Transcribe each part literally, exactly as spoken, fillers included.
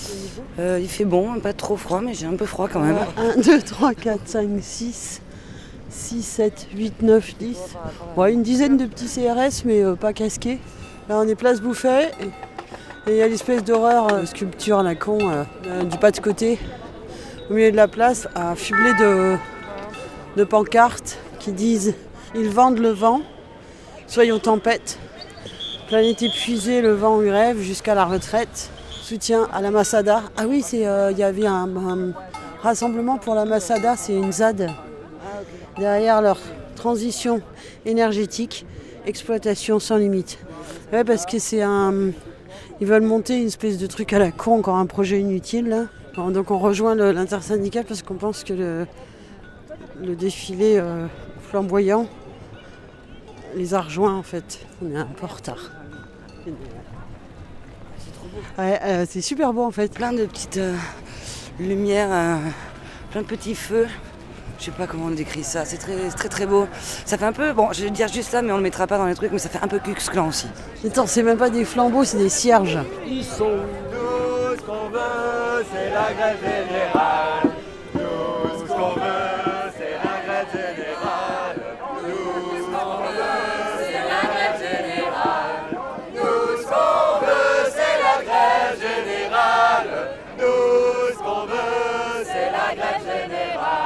Euh, il fait bon, pas trop froid, mais j'ai un peu froid quand même. un, deux, trois, quatre, cinq, six, six, sept, huit, neuf, dix. Ouais, une dizaine de petits C R S, mais euh, pas casqués. Là, on est place Bouffet. Et il y a l'espèce d'horreur euh, sculpture à la con euh, euh, du pas de côté, au milieu de la place, affublé de, de pancartes qui disent « Ils vendent le vent, soyons tempête, planète épuisée, le vent lui rêve jusqu'à la retraite, soutien à la Masada ». Ah oui, il euh, y avait un, un rassemblement pour la Masada, c'est une Z A D. Derrière leur transition énergétique, exploitation sans limite. Ouais, parce que c'est un... Ils veulent monter une espèce de truc à la con, encore un projet inutile là. Alors, donc on rejoint le, l'intersyndical parce qu'on pense que le, le défilé euh, flamboyant les a rejoints en fait. On est un peu en retard. C'est trop beau. Ouais, euh, c'est super beau en fait. Plein de petites euh, lumières, euh, plein de petits feux. Je sais pas comment on décrit ça, c'est très, très très beau. Ça fait un peu, bon je vais dire juste ça mais on le mettra pas dans les trucs, mais ça fait un peu Ku Klux Klan aussi. Attends, c'est même pas des flambeaux, c'est des cierges. Ils sont tout ce qu'on veut, c'est la grève générale. Tout ce qu'on veut, c'est la grève générale. Tout ce qu'on veut, c'est la grève générale. Tout ce qu'on veut, c'est la grève générale. Tout ce qu'on veut, c'est la grève générale.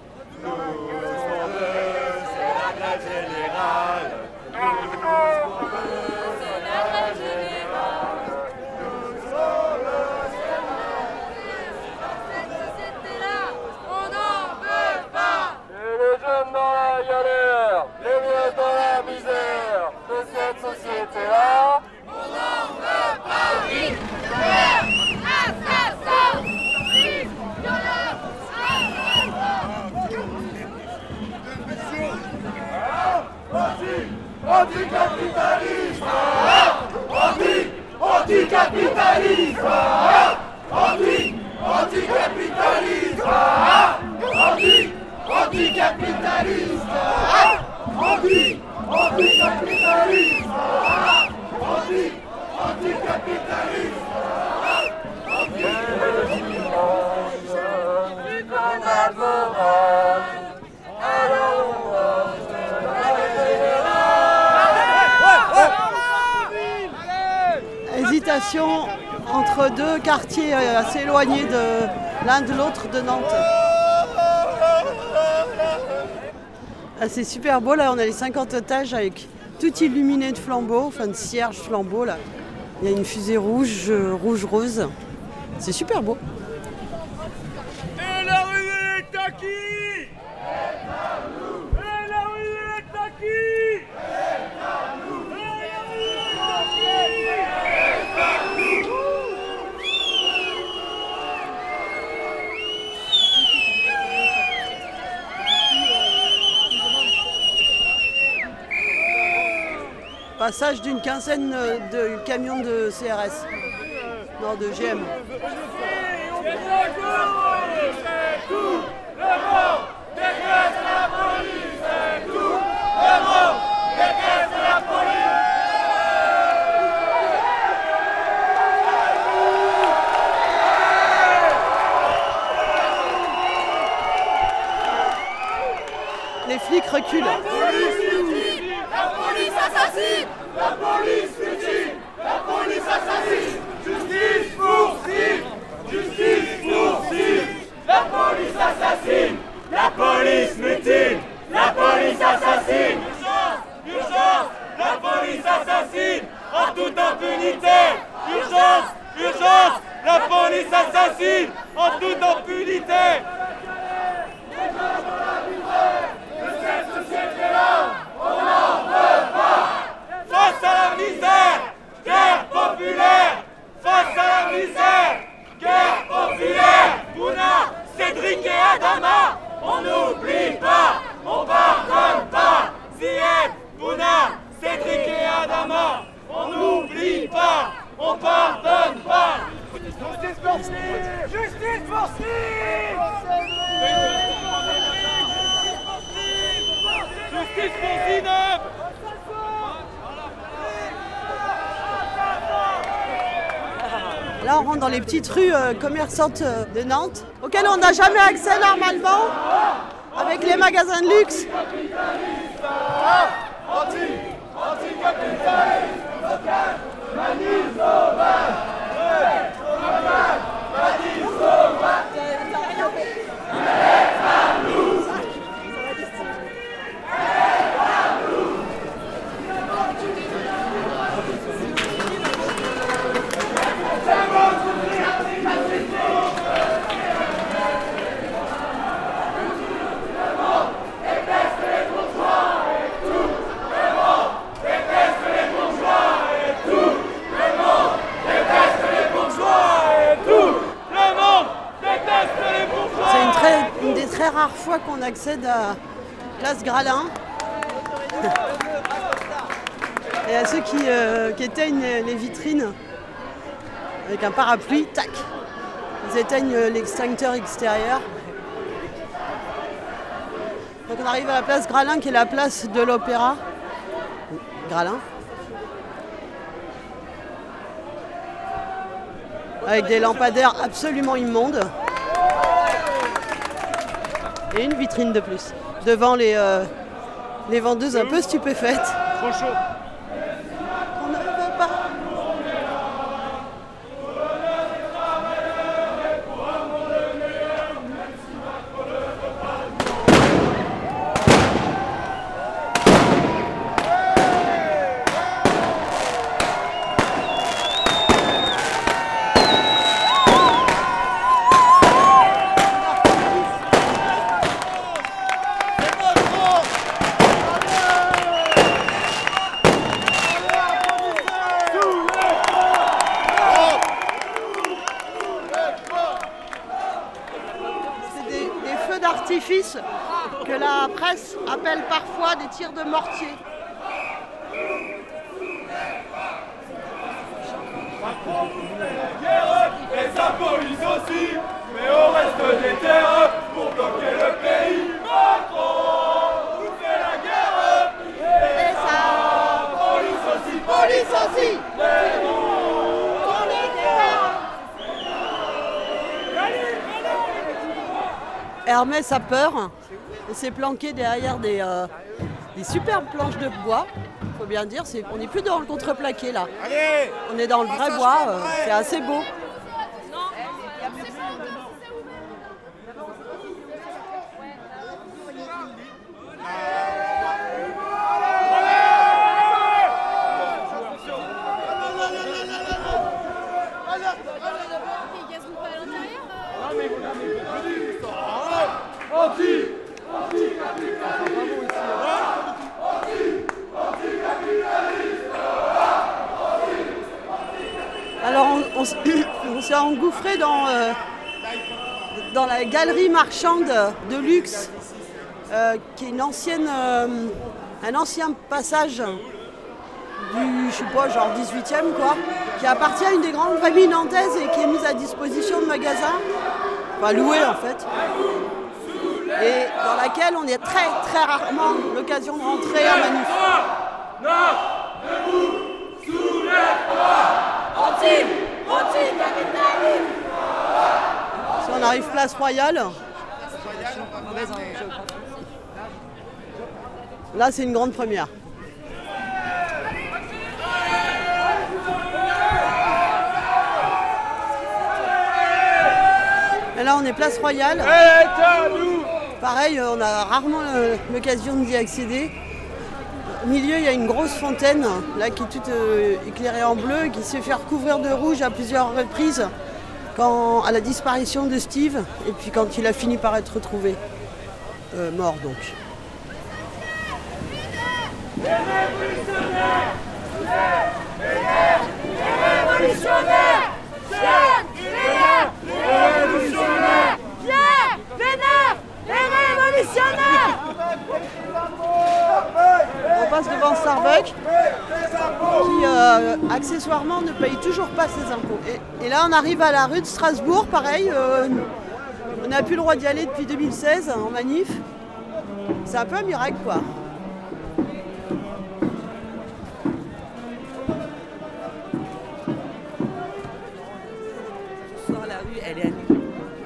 Anti-capitalisme, anti, anti-capitalisme, anti, anti-capitalisme, anti, anti-capitalisme, anti, anti-capitalisme, anti, anti-capitalisme, Hésitation entre deux quartiers assez éloignés de l'un de l'autre de Nantes. Ah, c'est super beau, là on a les cinquante étages avec tout illuminé de flambeaux, enfin de cierges flambeaux là. Il y a une fusée rouge, rouge-rose. C'est super beau. Et la rue est à qui? Et la rue est à qui? Passage d'une quinzaine de camions de C R S. Non, de G M. Les flics reculent. La police assassine! La police mutine! La police assassine! Justice pour Steve! Justice pour Steve! La police assassine! La police mutine! La police assassine! Urgence! Urgence! La police assassine! En toute impunité! Urgence! Urgence! La police assassine! En toute impunité! De cette société-là! Face à la misère, guerre populaire. Face à la misère, guerre populaire. Bouna, Cédric et Adama, on n'oublie pas, on pardonne pas. Zied, Bouna, Cédric et Adama, on n'oublie pas, on pardonne pas. Justice pour Steve. Justice pour Steve. Justice pour Zineb. Là, on rentre dans les petites rues euh, commerçantes euh, de Nantes, auxquelles on n'a jamais accès normalement, avec les magasins de luxe. Très rare fois qu'on accède à Place Gralin. Et à ceux qui, euh, qui éteignent les vitrines avec un parapluie, tac, ils éteignent l'extincteur extérieur. Donc on arrive à la place Gralin qui est la place de l'Opéra. Gralin. Avec des lampadaires absolument immondes. Et une vitrine de plus, devant les, euh, les vendeuses un peu stupéfaites. Trop chaud. On ne veut pas. Que la presse appelle parfois des tirs de mortier. Et sa police aussi, mais au reste des terres pour bloquer le pays. Macron nous fait la guerre. Et sa police aussi, police aussi. Mais nous, on les guerre. Hermès a peur et s'est planqué derrière des, euh, des superbes planches de bois. Il faut bien dire, c'est, on n'est plus dans le contreplaqué là. Allez, on est dans le vrai bois, euh, c'est assez beau. Alors on, on, on s'est engouffré dans, euh, dans la galerie marchande de luxe, euh, qui est une ancienne, euh, un ancien passage du, je sais pas, genre dix-huitième quoi, qui appartient à une des grandes familles nantaises et qui est mise à disposition de magasins, enfin louée en fait, et dans laquelle on est très très rarement l'occasion de rentrer en manif. Non, debout, soulève-toi. Anti, anti-capitalisme. Si on arrive place Royale, là c'est une grande première. Et là on est place Royale. Pareil, on a rarement l'occasion d'y accéder. Au milieu, il y a une grosse fontaine là, qui est toute euh, éclairée en bleu, qui s'est fait recouvrir de rouge à plusieurs reprises quand, à la disparition de Steve, et puis quand il a fini par être retrouvé, euh, mort donc. Les révolutionnaires, les révolutionnaires, les révolutionnaires, Pierre, Vénère, les révolutionnaires. On passe devant Starbucks, qui euh, accessoirement ne paye toujours pas ses impôts. Et, et là on arrive à la rue de Strasbourg, pareil, euh, on n'a plus le droit d'y aller depuis deux mille seize en manif. C'est un peu un miracle quoi. aujourd'hui, elle est à nous.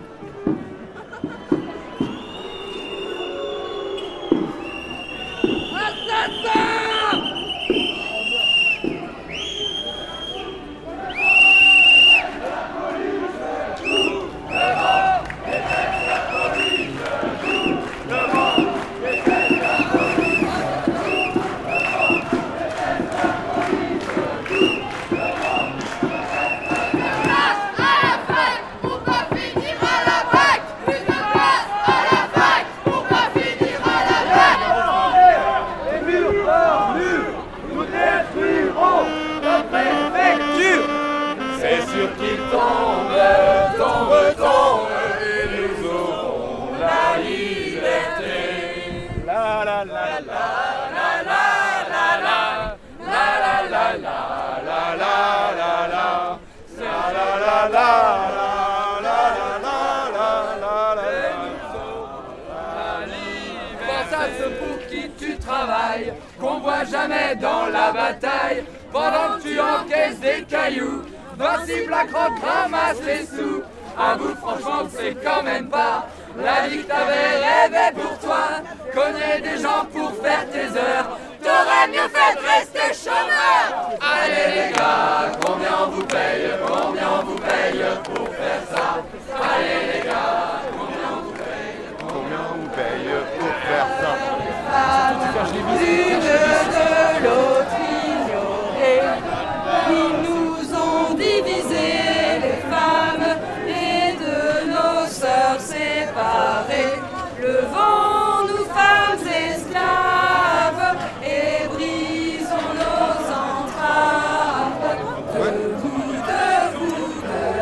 Qu'on voit jamais dans la bataille, pendant que tu encaisses des cailloux, voici BlackRock ramasse les sous. Avoue franchement que c'est quand même pas la vie que t'avais rêvé pour toi. Cogner des gens pour faire tes heures, t'aurais mieux fait de rester chômeur. Allez les gars, combien on vous paye, combien on vous paye pour faire ça? Allez les gars, combien on vous paye, combien on vous paye pour faire ça? L'une de l'autre ignorée, ils nous ont divisés, les femmes, et de nos sœurs séparées. Levons-nous, femmes esclaves, et brisons nos entraves. Debout, debout,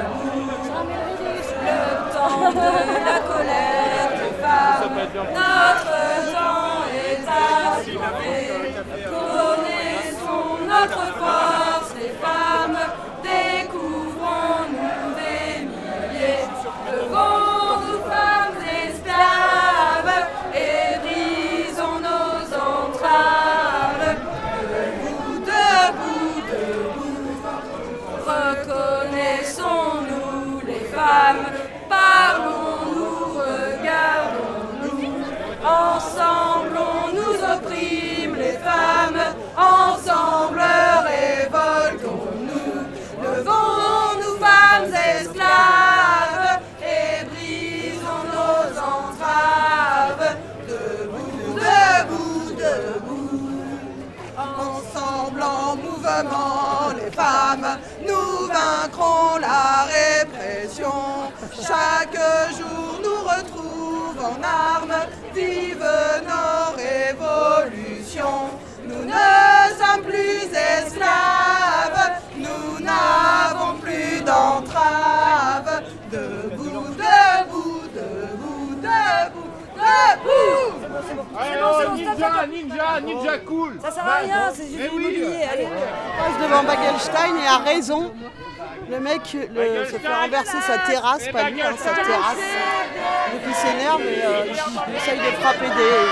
debout, le temps de la colère des femmes, notre temps est arrivé. Connaissons notre force, les femmes, découvrons-nous des milliers. Levons-nous, femmes esclaves, et brisons nos entraves. Debout, debout, debout, reconnaissons-nous les femmes, parlons-nous, regardons-nous. Ensemble on nous opprime les femmes, ensemble révoltons-nous. Levons-nous, femmes esclaves, et brisons nos entraves. Debout, debout, debout, ensemble en mouvement les femmes, nous vaincrons la répression. Chaque jour nous retrouve en armes, vive nos révolutions. Nous ne sommes plus esclaves, nous n'avons plus d'entraves. Debout, debout, debout, debout, debout. Alors, ninja, ninja, ninja cool. Ça sert à rien, c'est juste l'immobilier, allez. Passe devant Bagelstein et a raison. Le mec le, se fait renverser sa terrasse, pas lui, hein, sa terrasse. Donc il s'énerve et euh, il essaye de frapper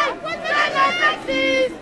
des...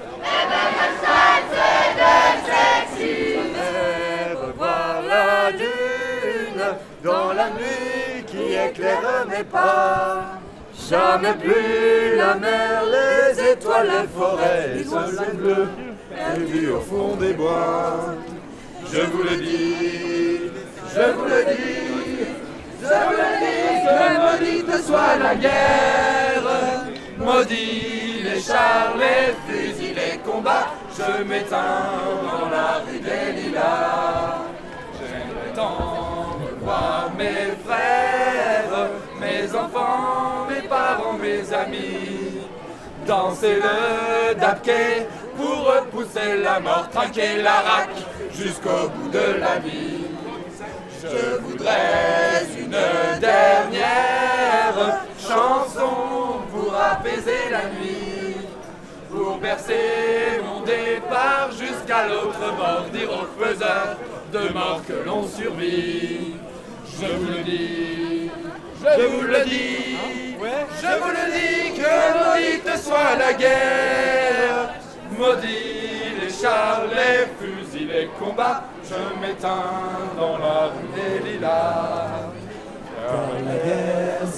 Revoir la lune dans la nuit qui éclaire mes pas. Jamais plus la mer, les étoiles, les forêts, les soleils bleus, perdus au fond des bois. Je vous le dis, je vous le dis, je vous le dis, que maudite soit la guerre, maudit les chars, les fusils, les combats. Je m'éteins dans la rue des Lilas. J'aimerais tant revoir mes frères, mes enfants, mes parents, mes amis, danser le dabké pour repousser la mort, trinquer la raque jusqu'au bout de la vie. Je voudrais une dernière chanson pour apaiser la nuit, pour bercer mon départ jusqu'à l'autre bord, dire aux faiseurs de mort que l'on survit. Je vous le dis, je vous le dis, je vous le dis, que maudite soit la guerre, maudit les chars, les fusils, les combats. Je m'éteins dans la rue des Lilas.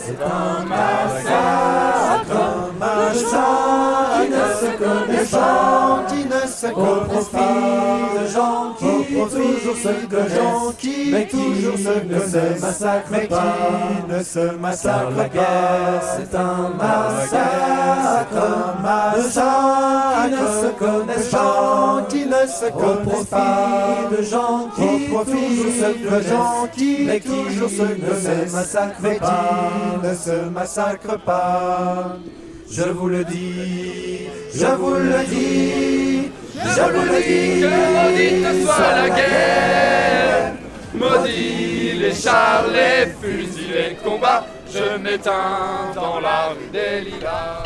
C'est un massacre, un massacre qui ne se connaissent pas, qui ne se connaissent pas, de gens qui toujours se connaissent, mais toujours se connaissent, mais qui ne se massacrent pas. La guerre, c'est un massacre, un massacre qui ne se connaissent pas, qui ne se connaissent pas, de gens qui toujours se connaissent, mais qui toujours se connaissent, mais qui ne se massacrent pas. Je vous le dis, je vous le dis, je vous le dis, que maudite soit la guerre, maudit les chars, les fusils, les combats, je m'éteins dans la rue des Lilas.